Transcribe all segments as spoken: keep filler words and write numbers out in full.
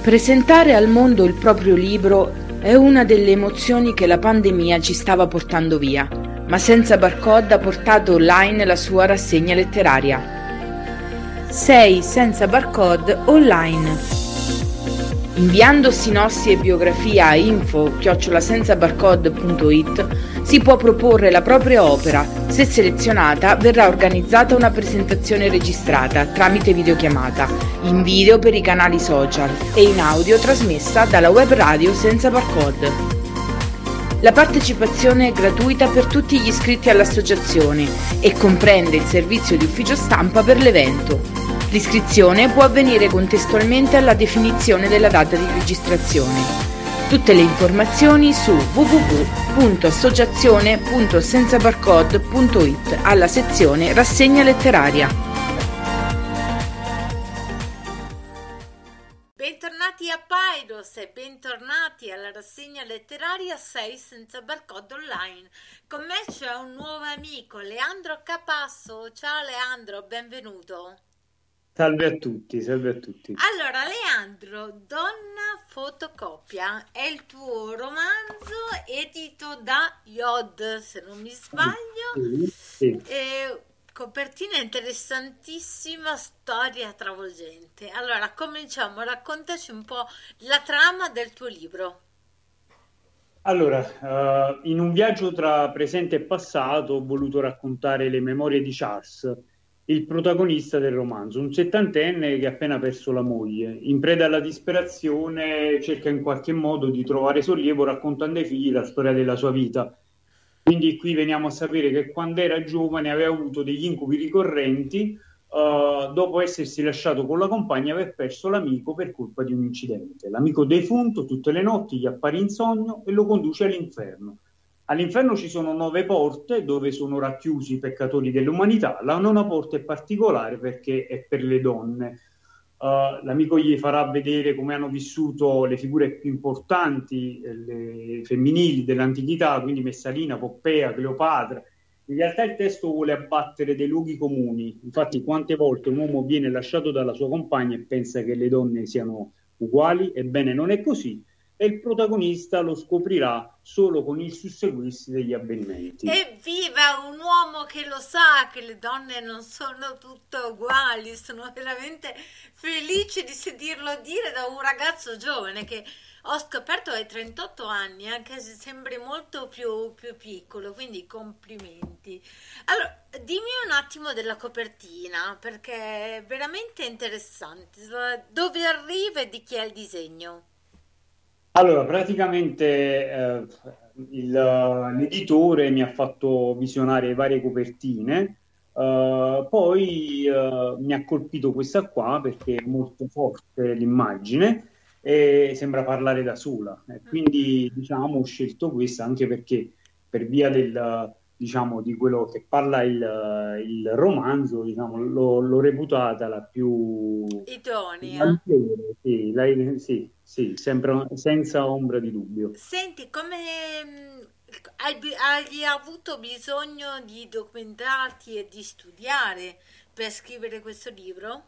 Presentare al mondo il proprio libro è una delle emozioni che la pandemia ci stava portando via, ma Senza Barcode ha portato online la sua rassegna letteraria. sei Senza Barcode online. Inviando sinossi e biografia a info chiocciola senza barcode punto it si può proporre la propria opera. Se selezionata verrà organizzata una presentazione registrata tramite videochiamata, in video per i canali social e in audio trasmessa dalla web radio Senza Barcode. La partecipazione è gratuita per tutti gli iscritti all'associazione e comprende il servizio di ufficio stampa per l'evento. L'iscrizione può avvenire contestualmente alla definizione della data di registrazione. Tutte le informazioni su w w w punto associazione punto senza barcode punto it alla sezione Rassegna letteraria. Bentornati a Paidos e bentornati alla rassegna letteraria sei Senza Barcode online. Con me c'è un nuovo amico, Leandro Capasso. Ciao Leandro, benvenuto. Salve a tutti, salve a tutti. Allora, Leandro, Donna fotocopia è il tuo romanzo edito da Iod, se non mi sbaglio. Sì, sì. E copertina interessantissima, storia travolgente. Allora, cominciamo, raccontaci un po' la trama del tuo libro. Allora, uh, in un viaggio tra presente e passato ho voluto raccontare le memorie di Charles, il protagonista del romanzo, un settantenne che ha appena perso la moglie. In preda alla disperazione cerca in qualche modo di trovare sollievo raccontando ai figli la storia della sua vita. Quindi qui veniamo a sapere che quando era giovane aveva avuto degli incubi ricorrenti, uh, dopo essersi lasciato con la compagna e aver perso l'amico per colpa di un incidente. L'amico defunto tutte le notti gli appare in sogno e lo conduce all'inferno. All'inferno ci sono nove porte dove sono racchiusi i peccatori dell'umanità. La nona porta è particolare perché è per le donne. Uh, l'amico gli farà vedere come hanno vissuto le figure più importanti, eh, le femminili dell'antichità, quindi Messalina, Poppea, Cleopatra. In realtà il testo vuole abbattere dei luoghi comuni. Infatti, quante volte un uomo viene lasciato dalla sua compagna e pensa che le donne siano uguali? Ebbene, non è così. E il protagonista lo scoprirà solo con il susseguirsi degli avvenimenti. Evviva, un uomo che lo sa che le donne non sono tutte uguali. Sono veramente felice di sentirlo dire da un ragazzo giovane che ho scoperto ai trentotto anni, anche se sembri molto più, più piccolo, quindi complimenti. Allora, dimmi un attimo della copertina, perché è veramente interessante. Dove arriva e di chi è il disegno? Allora, praticamente eh, il- l'editore mi ha fatto visionare varie copertine, eh, poi eh, mi ha colpito questa qua perché è molto forte l'immagine e sembra parlare da sola. E quindi, diciamo, ho scelto questa anche perché per via del, diciamo, di quello che parla il, il romanzo, diciamo, l'ho l'ho reputata la più Idonea. la migliore, sì, la- sì, sì, sempre senza ombra di dubbio. Senti, come mh, hai, bi- hai avuto bisogno di documentarti e di studiare per scrivere questo libro?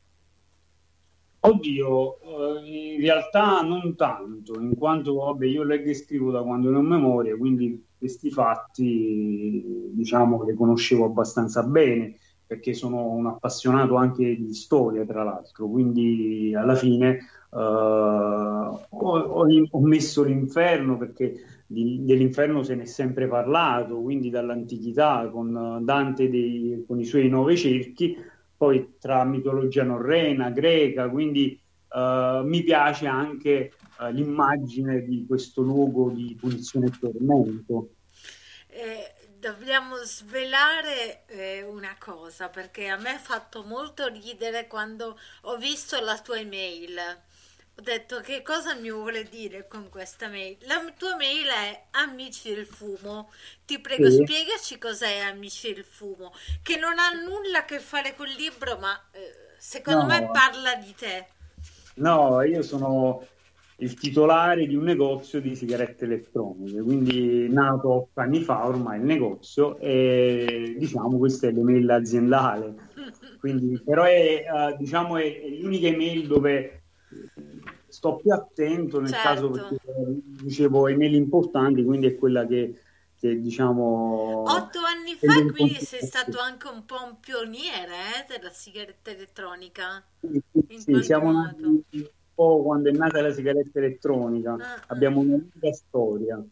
Oddio, eh, in realtà non tanto, in quanto vabbè, io leggo e scrivo da quando ne ho memoria, quindi questi fatti, diciamo, li conoscevo abbastanza bene, perché sono un appassionato anche di storia, tra l'altro, quindi alla fine eh, ho, ho- ho messo l'inferno, perché di- dell'inferno se ne è sempre parlato, quindi dall'antichità, con Dante dei- con i suoi nove cerchi, poi tra mitologia norrena, greca, quindi eh, mi piace anche eh, l'immagine di questo luogo di punizione e tormento. Eh, dobbiamo svelare eh, una cosa, perché a me ha fatto molto ridere quando ho visto la tua email. Ho detto che cosa mi vuole dire con questa mail? La tua mail è Amici del Fumo. Ti prego, Sì. spiegaci cos'è Amici del Fumo, che non ha nulla a che fare col libro, ma eh, secondo me No, parla di te. no, io sono il titolare di un negozio di sigarette elettroniche, quindi nato otto anni fa ormai il negozio e diciamo questa è l'email aziendale. Quindi, però è, eh, diciamo, è, è l'unica email dove sto più attento nel caso perché certo. dicevo email importanti, quindi è quella che, che diciamo Otto anni fa, prende in quindi sei considerazione. stato anche un po' un pioniere, eh, della sigaretta elettronica, Sì, sì, in sì, qualche siamo nati modo. un po' quando è nata la sigaretta elettronica, Ah, ah. abbiamo una lunga storia.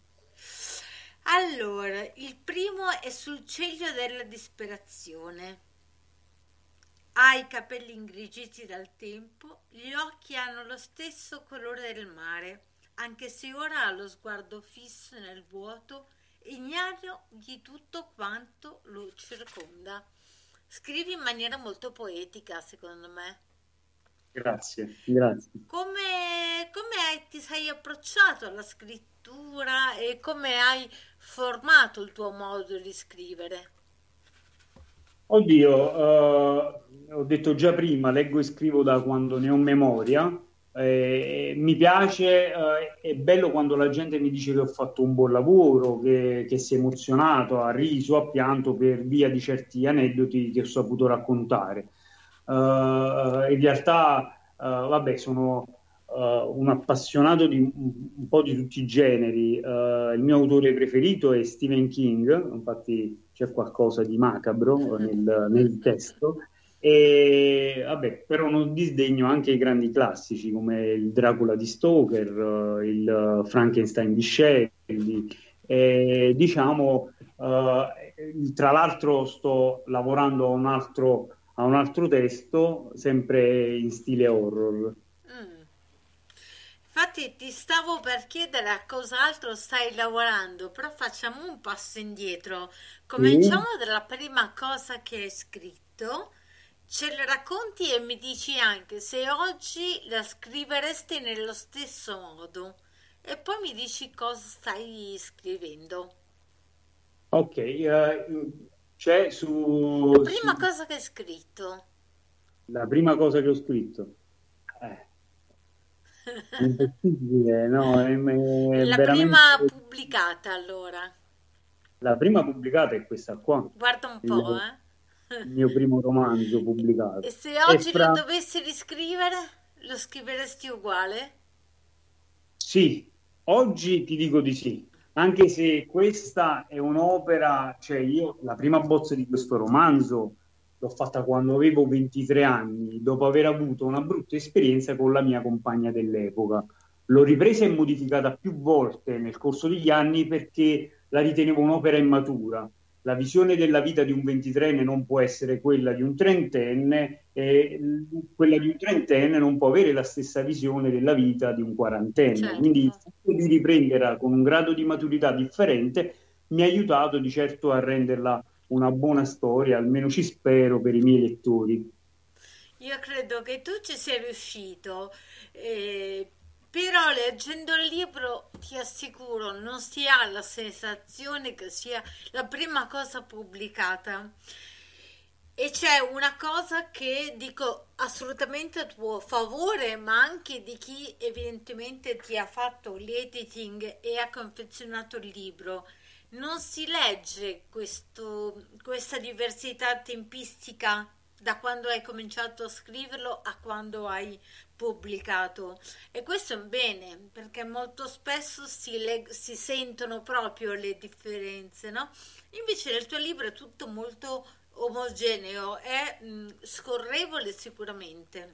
Allora, il primo è sul ciglio della disperazione. Ha i capelli ingrigiti dal tempo, gli occhi hanno lo stesso colore del mare, anche se ora ha lo sguardo fisso nel vuoto, ignaro di tutto quanto lo circonda. Scrivi in maniera molto poetica, secondo me. Grazie, grazie. Come, come hai- ti sei approcciato alla scrittura e come hai formato il tuo modo di scrivere? Oddio, eh, ho detto già prima, leggo e scrivo da quando ne ho memoria. Eh, mi piace, eh, è bello quando la gente mi dice che ho fatto un buon lavoro, che, che si è emozionato, ha riso, ha pianto per via di certi aneddoti che ho saputo raccontare. Eh, in realtà, eh, vabbè, sono eh, un appassionato di un, un po' di tutti i generi. Eh, il mio autore preferito è Stephen King, infatti c'è qualcosa di macabro nel, nel testo. E vabbè, però non disdegno anche i grandi classici come il Dracula di Stoker, eh, il Frankenstein di Shelley. E, diciamo, eh, tra l'altro sto lavorando a un altro, a un altro testo, sempre in stile horror. Mm. Infatti ti stavo per chiedere a cos'altro stai lavorando, però facciamo un passo indietro. Sì. Cominciamo dalla prima cosa che hai scritto, ce la racconti e mi dici anche se oggi la scriveresti nello stesso modo e poi mi dici cosa stai scrivendo. Ok, eh, c'è La su, prima su- cosa che hai scritto. la prima cosa che ho scritto. Eh, è impossibile, no? È, è La veramente. prima pubblicata allora. La prima pubblicata è questa qua, Guarda un il, po', eh. il mio primo romanzo E pubblicato. se E oggi lo fra. dovessi riscrivere, lo scriveresti uguale? Sì, oggi ti dico di sì, anche se questa è un'opera, cioè io la prima bozza di questo romanzo l'ho fatta quando avevo ventitré anni, dopo aver avuto una brutta esperienza con la mia compagna dell'epoca. L'ho ripresa e modificata più volte nel corso degli anni perché la ritenevo un'opera immatura. La visione della vita di un ventitreenne non può essere quella di un trentenne e quella di un trentenne non può avere la stessa visione della vita di un quarantenne. Quindi il Certo. fatto di riprenderla con un grado di maturità differente mi ha aiutato di certo a renderla una buona storia, almeno ci spero per i miei lettori. Io credo che tu ci sia riuscito, eh, però leggendo il libro ti assicuro non si ha la sensazione che sia la prima cosa pubblicata. E c'è una cosa che dico assolutamente a tuo favore, ma anche di chi evidentemente ti ha fatto l'editing e ha confezionato il libro. Non si legge questo- questa diversità tempistica da quando hai cominciato a scriverlo a quando hai pubblicato. E questo è un bene, perché molto spesso si, leg- si sentono proprio le differenze, no? Invece nel tuo libro è tutto molto omogeneo, è mh, scorrevole sicuramente.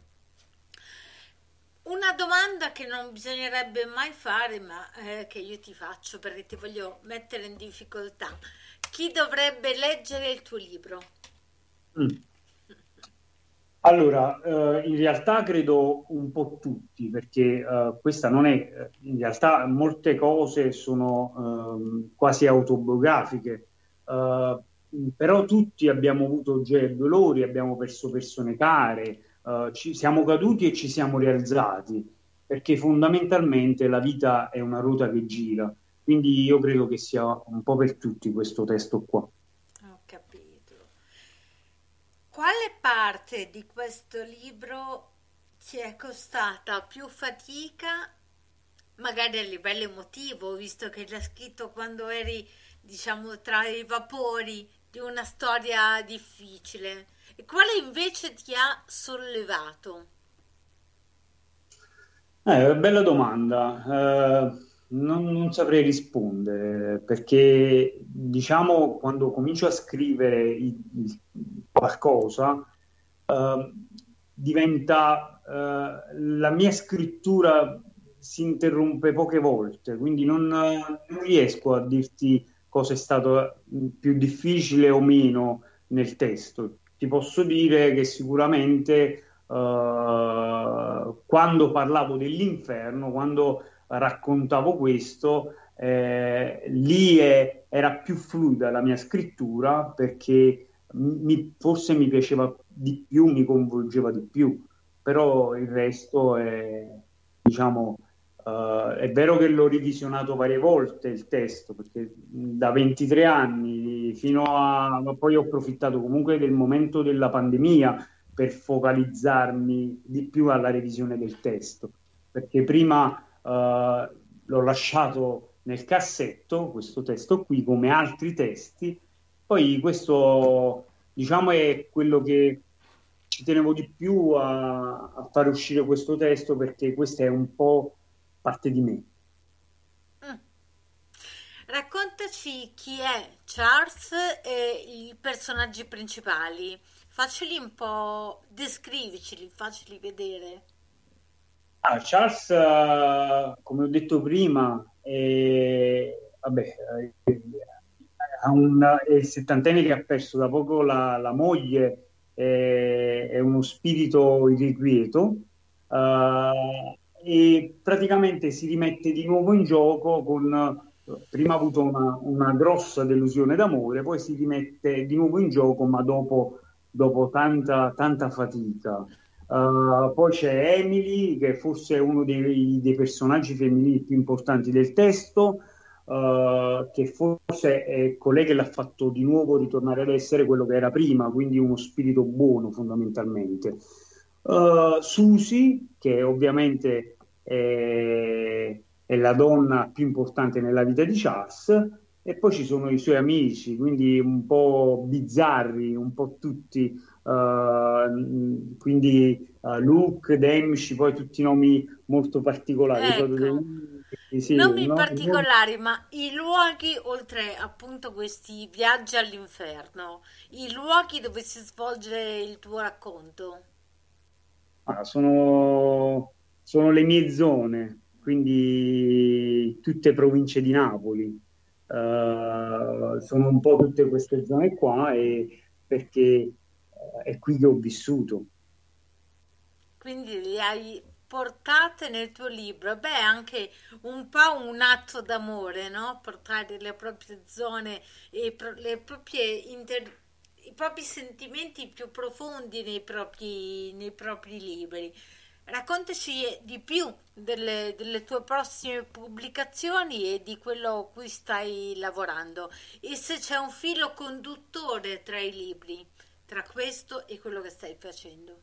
Una domanda che non bisognerebbe mai fare, ma eh, che io ti faccio perché ti voglio mettere in difficoltà. Chi dovrebbe leggere il tuo libro? Mm. Allora, eh, in realtà credo un po' tutti, perché eh, questa non è, eh, in realtà molte cose sono ehm, quasi autobiografiche, eh, però tutti abbiamo avuto gioie e dolori, abbiamo perso persone care, eh, ci siamo caduti e ci siamo rialzati, perché fondamentalmente la vita è una ruota che gira, quindi io credo che sia un po' per tutti questo testo qua. Ho capito. Quale parte di questo libro ti è costata più fatica, magari a livello emotivo, visto che l'hai scritto quando eri, diciamo, tra i vapori di una storia difficile? E quale invece ti ha sollevato? Eh, bella domanda. Eh, non, non saprei rispondere perché, diciamo, quando comincio a scrivere i- il- qualcosa, eh, diventa, eh, la mia scrittura si interrompe poche volte, quindi non, non riesco a dirti cosa è stato più difficile o meno nel testo. Ti posso dire che sicuramente eh, quando parlavo dell'inferno, quando raccontavo questo, eh, lì è- era più fluida la mia scrittura perché mi- forse mi piaceva di più, mi coinvolgeva di più, però il resto è, diciamo, eh, è vero che l'ho revisionato varie volte il testo, perché da ventitré anni fino a... ma poi ho approfittato comunque del momento della pandemia per focalizzarmi di più alla revisione del testo, perché prima eh, l'ho lasciato nel cassetto, questo testo qui, come altri testi, poi questo, diciamo, è quello che ci tenevo di più a, a fare uscire questo testo perché questo è un po' parte di me. Mm. Raccontaci chi è Charles e i personaggi principali. Facceli un po', descriviceli, facceli vedere. Ah, Charles, eh, come ho detto prima, è, vabbè, eh, ha un, è il settantenne che ha perso da poco la, la moglie, è, è uno spirito irrequieto, eh, e praticamente si rimette di nuovo in gioco con, prima ha avuto una, una grossa delusione d'amore, poi si rimette di nuovo in gioco, ma dopo, dopo tanta, tanta fatica. Uh, poi c'è Emily, che forse è uno dei, dei personaggi femminili più importanti del testo, uh, che forse è colei che l'ha fatto di nuovo ritornare ad essere quello che era prima, quindi uno spirito buono fondamentalmente. Uh, Susie, che ovviamente è, è la donna più importante nella vita di Charles, e poi ci sono i suoi amici, quindi un po' bizzarri, un po' tutti, uh, quindi uh, Luke, Demici, poi tutti nomi molto particolari, proprio Ecco, dei, sì, nomi no- no- particolari, ma i luoghi, oltre appunto questi viaggi all'inferno, i luoghi dove si svolge il tuo racconto. ah, sono, sono le mie zone, quindi tutte province di Napoli. Eh, sono un po' tutte queste zone qua e perché eh, è qui che ho vissuto. Quindi li hai portate nel tuo libro. Beh, è anche un po' un atto d'amore, no? Portare le proprie zone e pro- le proprie inter- i propri sentimenti più profondi nei propri, nei propri libri. Raccontaci di più delle, delle tue prossime pubblicazioni e di quello a cui stai lavorando e se c'è un filo conduttore tra i libri, tra questo e quello che stai facendo.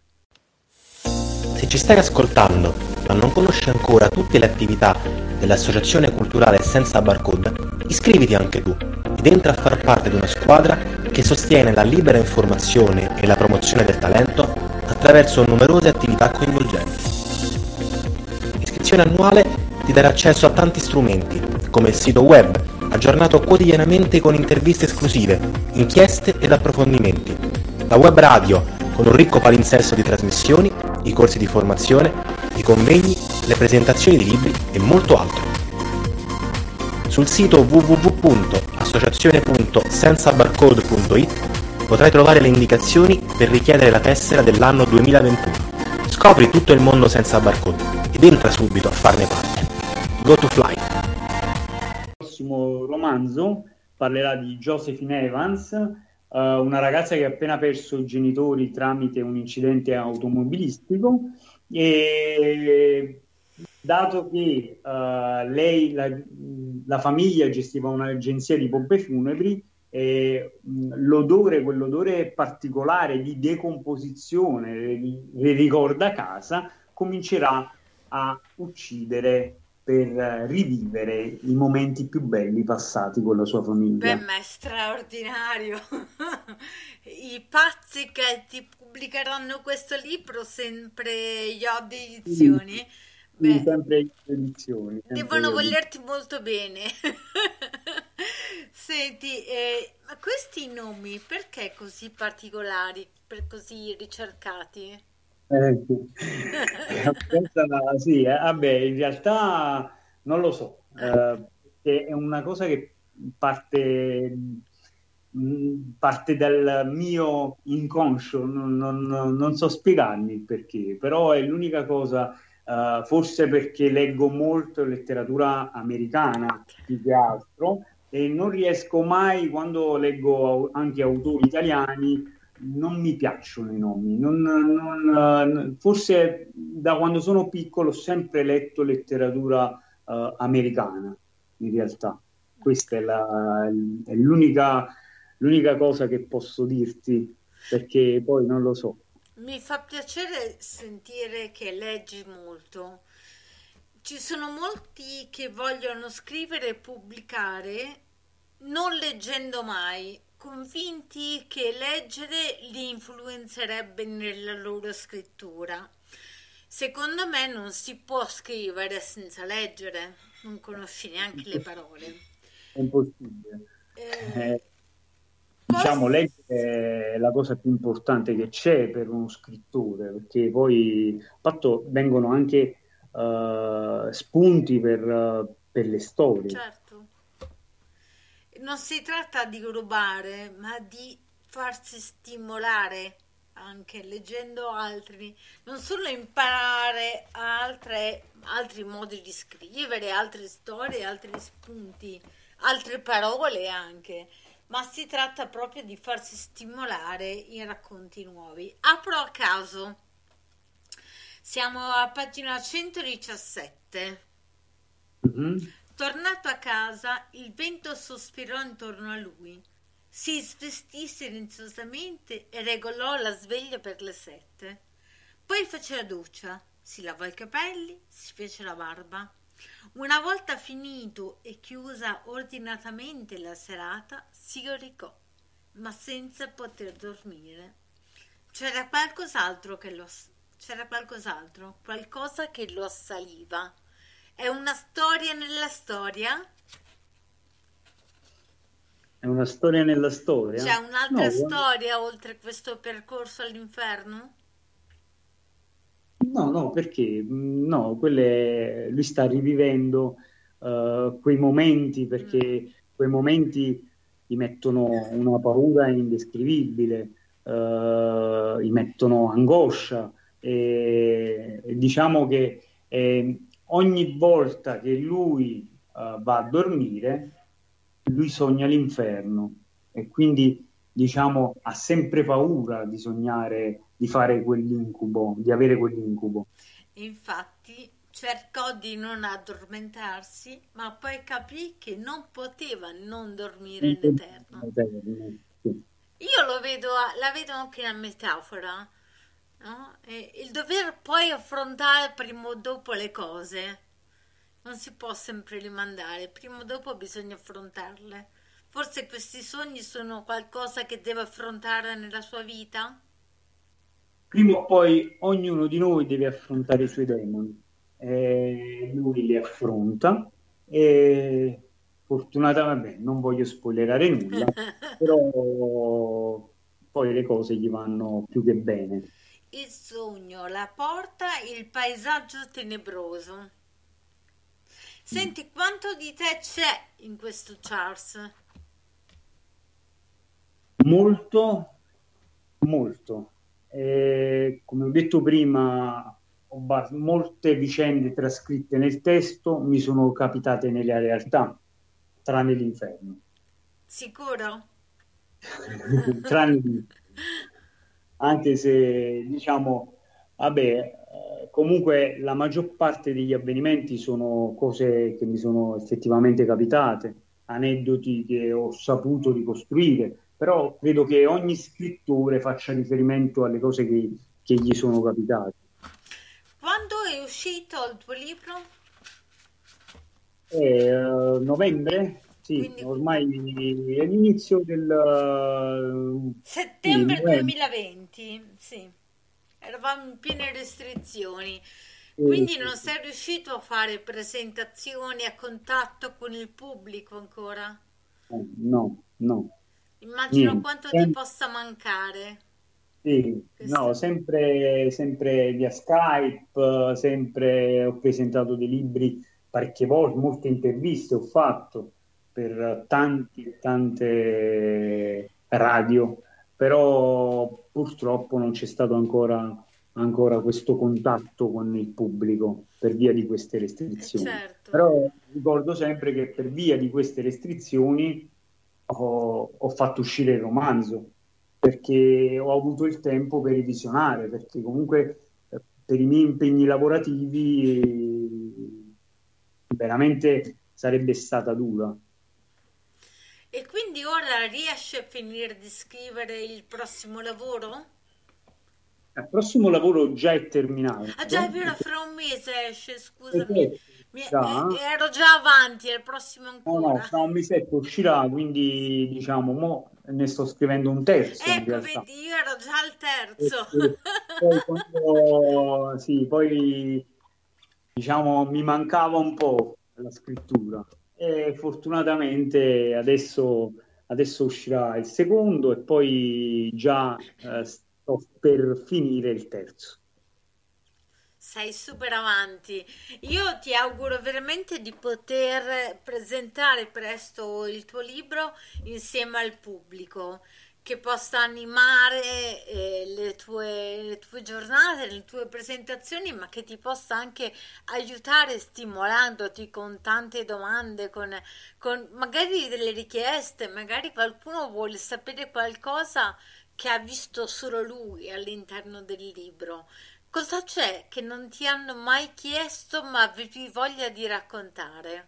Se ci stai ascoltando ma non conosci ancora tutte le attività dell'Associazione Culturale Senza Barcode, iscriviti anche tu ed entra a far parte di una squadra che sostiene la libera informazione e la promozione del talento attraverso numerose attività coinvolgenti. L'iscrizione annuale ti darà accesso a tanti strumenti, come il sito web, aggiornato quotidianamente con interviste esclusive, inchieste ed approfondimenti, la web radio con un ricco palinsesto di trasmissioni, i corsi di formazione, i convegni, le presentazioni di libri e molto altro. Sul sito w w w punto associazione punto senza barcode punto i t potrai trovare le indicazioni per richiedere la tessera dell'anno duemilaventuno. Scopri tutto il mondo senza barcode ed entra subito a farne parte. Go to fly! Il prossimo romanzo parlerà di Josephine Evans, eh, una ragazza che ha appena perso i genitori tramite un incidente automobilistico e dato che eh, lei, la, la famiglia gestiva un'agenzia di pompe funebri, e mh, l'odore, quell'odore particolare di decomposizione, le ricorda a casa, comincerà a uccidere per eh, rivivere i momenti più belli passati con la sua Beh, famiglia. ma è straordinario. I pazzi che ti pubblicheranno questo libro, sempre Iodi Edizioni, Sì, Beh, sempre in edizioni, sempre devono io. volerti molto bene. Senti, eh, ma questi nomi perché così particolari, per così ricercati? Eh, sì. È abbastanza- sì, eh, vabbè, in realtà non lo so, Eh, eh, perché è una cosa che parte, mh, parte dal mio inconscio, non, non- non so spiegarmi il perché, però è l'unica cosa, eh, forse perché leggo molto letteratura americana più che altro e non riesco mai, quando leggo anche autori italiani, non mi piacciono i nomi. Non- non- forse da quando sono piccolo ho sempre letto letteratura eh, americana, in realtà. Questa è, la- è l'unica, l'unica cosa che posso dirti, perché poi non lo so. Mi fa piacere sentire che leggi molto. Ci sono molti che vogliono scrivere e pubblicare non leggendo mai, convinti che leggere li influenzerebbe nella loro scrittura. Secondo me non si può scrivere senza leggere, non conosci neanche le parole. È impossibile. Eh, Eh, diciamo, cos- leggere è la cosa più importante che c'è per uno scrittore, perché poi, a patto, vengono anche eh, spunti per, eh, per le storie. certo. Non si tratta di rubare, ma di farsi stimolare anche leggendo altri, non solo imparare altre, altri modi di scrivere, altre storie, altri spunti, altre parole anche, ma si tratta proprio di farsi stimolare in racconti nuovi. Apro a caso, siamo a pagina centodiciassette. Mhm. Tornato a casa, il vento sospirò intorno a lui. Si svestì silenziosamente e regolò la sveglia per le sette. Poi fece la doccia, si lavò i capelli, si fece la barba. Una volta finito e chiusa ordinatamente la serata, si coricò, ma senza poter dormire. C'era qualcos'altro che lo c'era qualcos'altro, qualcosa che lo assaliva. È una storia nella storia? È una storia nella C'è storia? un'altra No, storia oltre questo percorso all'inferno? no, no, perché? Mm, No, quelle, lui sta rivivendo eh, quei momenti Mm. perché quei momenti gli mettono una paura indescrivibile, eh, gli mettono angoscia e, e diciamo che eh, ogni volta che lui eh, va a dormire, lui sogna l'inferno e quindi diciamo ha sempre paura di sognare, di fare quell'incubo, di avere quell'incubo. Infatti cercò di non addormentarsi, ma poi capì che non poteva non dormire in eterno. Sì. Io lo vedo, la vedo anche una metafora, no? E il dover poi affrontare prima o dopo le cose. Non si può sempre rimandare, prima o dopo bisogna affrontarle. Forse questi sogni sono qualcosa che deve affrontare nella sua vita? Prima o poi ognuno di noi deve affrontare i suoi demoni. E lui li affronta e fortunatamente, vabbè, non voglio spoilerare nulla, però poi le cose gli vanno più che bene. Il sogno, la porta, il paesaggio tenebroso. Senti, quanto di te c'è in questo Charles? Molto, molto. Eh, come ho detto prima, ho ba- molte vicende trascritte nel testo mi sono capitate nella realtà, tranne l'inferno. Sicuro? Tranne l'inferno. Anche se, diciamo, vabbè, eh, comunque la maggior parte degli avvenimenti sono cose che mi sono effettivamente capitate, aneddoti che ho saputo ricostruire, però credo che ogni scrittore faccia riferimento alle cose che, che gli sono capitate. Quando è uscito il tuo libro? È, eh, novembre? Sì, Quindi ormai è l'inizio del... eh, sì, settembre novembre. duemilaventi, sì. Eravamo in piene restrizioni. E- Quindi non sei riuscito a fare presentazioni a contatto con il pubblico ancora? no, no, Immagino niente. quanto ti possa mancare Sì, no, questo. sempre, sempre via Skype, eh, sempre ho presentato dei libri parecchie volte, molte interviste ho fatto per tanti e tante radio, però purtroppo non c'è stato ancora, ancora questo contatto con il pubblico per via di queste Eh, restrizioni. certo. Però ricordo sempre che per via di queste restrizioni ho, ho fatto uscire il romanzo perché ho avuto il tempo per revisionare, perché comunque eh, per i miei impegni lavorativi eh, veramente sarebbe stata dura. E quindi ora riesci a finire di scrivere il prossimo lavoro? Il prossimo lavoro già è terminato. Ah già, è vero, fra un mese esce, scusami. Esatto, Mi- eh, già. ero già avanti, è il prossimo No, ancora. no, fra un mesetto uscirà, quindi diciamo, mo ne sto scrivendo un terzo in Ecco, realtà. vedi, io ero già al E- terzo. e poi quando, sì, poi diciamo mi mancava un po' la scrittura e fortunatamente adesso, adesso uscirà il secondo e poi già eh, sto per finire il terzo. Sei super avanti. Io ti auguro veramente di poter presentare presto il tuo libro insieme al pubblico, che possa animare eh, le tue, le tue giornate, le tue presentazioni, ma che ti possa anche aiutare stimolandoti con tante domande, con, con magari delle richieste, magari qualcuno vuole sapere qualcosa che ha visto solo lui all'interno del libro. Cosa c'è che non ti hanno mai chiesto ma avevi voglia di raccontare?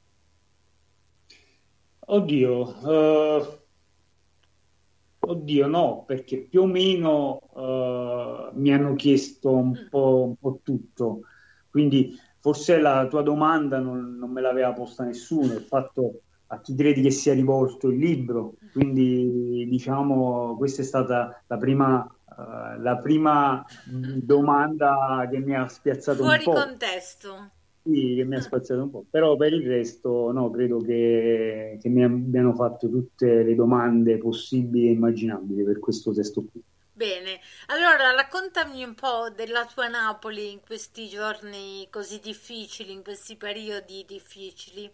Oddio, eh, oddio no, perché più o meno eh, mi hanno chiesto un po', un po' tutto, quindi forse la tua domanda non, non me l'aveva posta nessuno, il fatto a chi credi che sia rivolto il libro, quindi diciamo questa è stata la prima, eh, la prima domanda che mi ha spiazzato un Fuori po'. contesto. Sì, che mi ha spaziato un po', però per il resto no, credo che, che mi abbiano fatto tutte le domande possibili e immaginabili per questo testo qui. Bene, allora raccontami un po' della tua Napoli in questi giorni così difficili, in questi periodi difficili.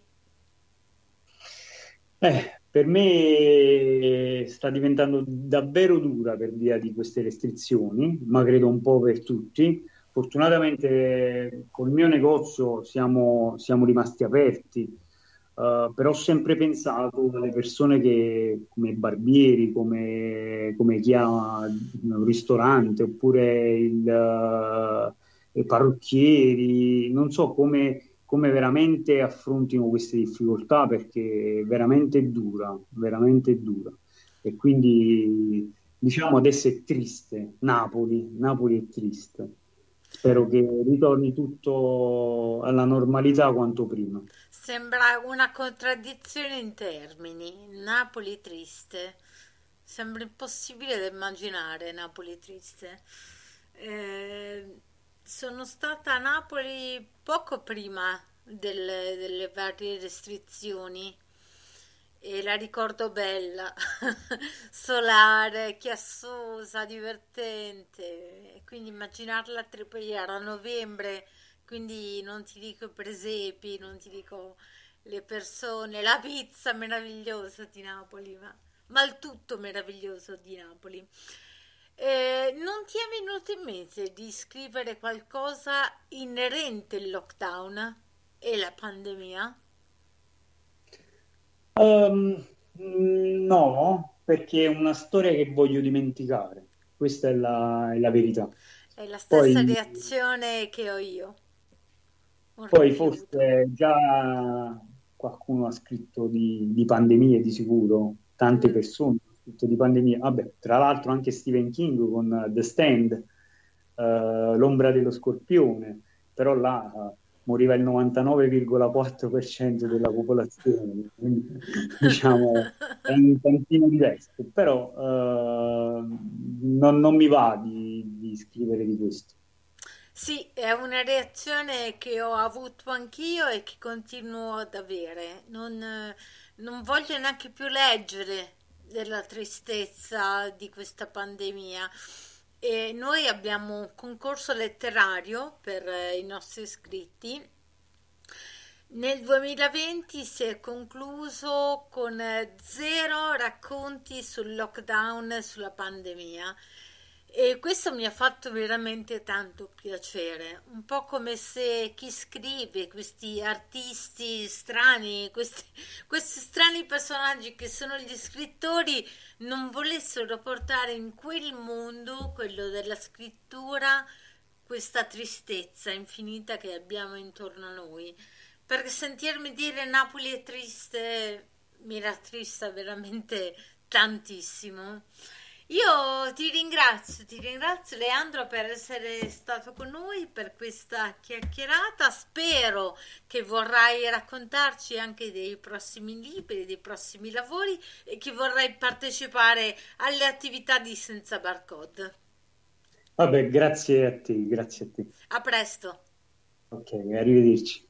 Eh, per me sta diventando davvero dura per via di queste restrizioni, ma credo un po' per tutti. Fortunatamente col mio negozio siamo, siamo rimasti aperti, eh, però ho sempre pensato alle persone che, come barbieri, come, come chi ha un ristorante, oppure il, eh, i parrucchieri, non so come come veramente affrontino queste difficoltà perché è veramente dura, veramente dura. E quindi diciamo adesso è triste, Napoli, Napoli è triste. Spero che ritorni tutto alla normalità quanto prima. Sembra una contraddizione in termini. Napoli triste. Sembra impossibile da immaginare Napoli triste. Eh, sono stata a Napoli poco prima delle, delle varie restrizioni e la ricordo bella, solare, chiassosa, divertente. E quindi immaginarla a Tripoli era a novembre, quindi non ti dico i presepi, non ti dico le persone, la pizza meravigliosa di Napoli, ma, ma il tutto meraviglioso di Napoli. Eh, non ti è venuto in mente di scrivere qualcosa inerente al lockdown e la pandemia? Ehm, mm, no, perché è una storia che voglio dimenticare. Questa è la, è la verità. È la stessa Poi reazione che ho io, un Poi rifiuto. forse già qualcuno ha scritto di, di pandemie di sicuro, tante Mm. persone hanno scritto di pandemie. Vabbè, tra l'altro anche Stephen King con eh, The Stand, eh, L'ombra dello scorpione, però là eh, moriva il novantanove virgola quattro per cento della popolazione, quindi diciamo è un tantino diverso, però eh, non, non mi va di, di scrivere di questo. Sì, è una reazione che ho avuto anch'io e che continuo ad avere. Non, eh, non voglio neanche più leggere della tristezza di questa pandemia. E noi abbiamo un concorso letterario per eh, i nostri iscritti. Nel duemilaventi si è concluso con eh, zero racconti sul lockdown e sulla pandemia. E questo mi ha fatto veramente tanto piacere, un po' come se chi scrive, questi artisti strani, questi, questi strani personaggi che sono gli scrittori, non volessero portare in quel mondo, quello della scrittura, questa tristezza infinita che abbiamo intorno a noi. Perché sentirmi dire Napoli è triste mi rattrista veramente tantissimo. Io ti ringrazio, ti ringrazio Leandro per essere stato con noi per questa chiacchierata. Spero che vorrai raccontarci anche dei prossimi libri, dei prossimi lavori e che vorrai partecipare alle attività di Senza Barcode. Vabbè, grazie a te, grazie a te. A presto. Ok, arrivederci.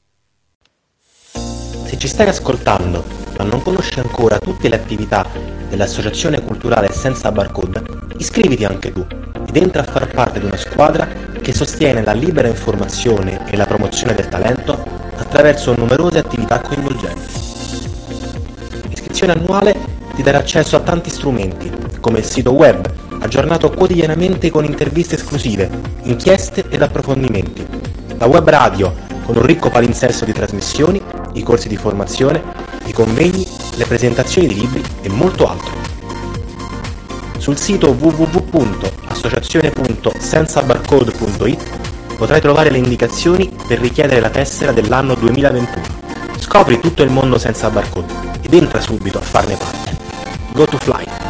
Se ci stai ascoltando ma non conosci ancora tutte le attività dell'Associazione Culturale Senza Barcode, iscriviti anche tu ed entra a far parte di una squadra che sostiene la libera informazione e la promozione del talento attraverso numerose attività coinvolgenti. L'iscrizione annuale ti darà accesso a tanti strumenti, come il sito web, aggiornato quotidianamente con interviste esclusive, inchieste ed approfondimenti, la web radio con un ricco palinsesto di trasmissioni, i corsi di formazione, i convegni, le presentazioni di libri e molto altro. Sul sito w w w punto associazione punto senza barcode punto i t potrai trovare le indicazioni per richiedere la tessera dell'anno duemilaventuno. Scopri tutto il mondo senza barcode ed entra subito a farne parte. Go to fly!